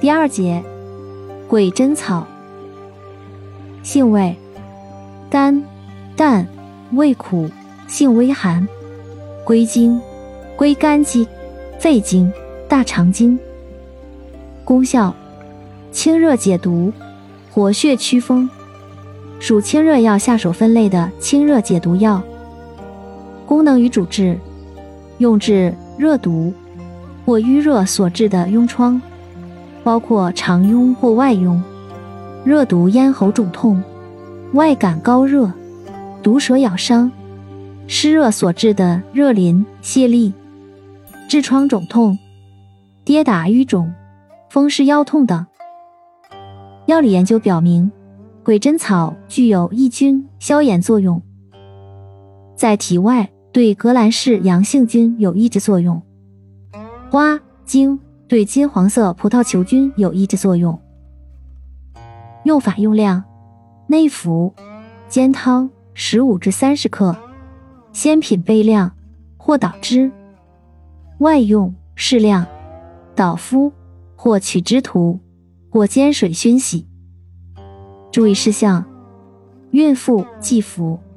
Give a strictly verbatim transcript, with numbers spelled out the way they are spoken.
第二节，鬼针草。性味：甘、淡，味苦，性微寒，归经：归肝经、肺经、大肠经。功效：清热解毒，活血祛风，属清热药下手分类的清热解毒药。功能与主治：用治热毒或淤热所致的痈疮，包括肠痈或外痈、热毒咽喉肿痛、外感高热、毒蛇咬伤、湿热所致的热淋、泄痢、痔疮肿痛、跌打瘀肿、风湿腰痛等。药理研究表明，鬼针草具有抑菌、消炎作用，在体外对革兰氏阳性菌有抑制作用，花、茎对金黄色葡萄球菌有抑制作用。用法用量：内服，煎汤十五至三十克，鲜品备量或捣汁；外用适量，捣敷或取汁涂，或煎水熏洗。注意事项：孕妇忌服。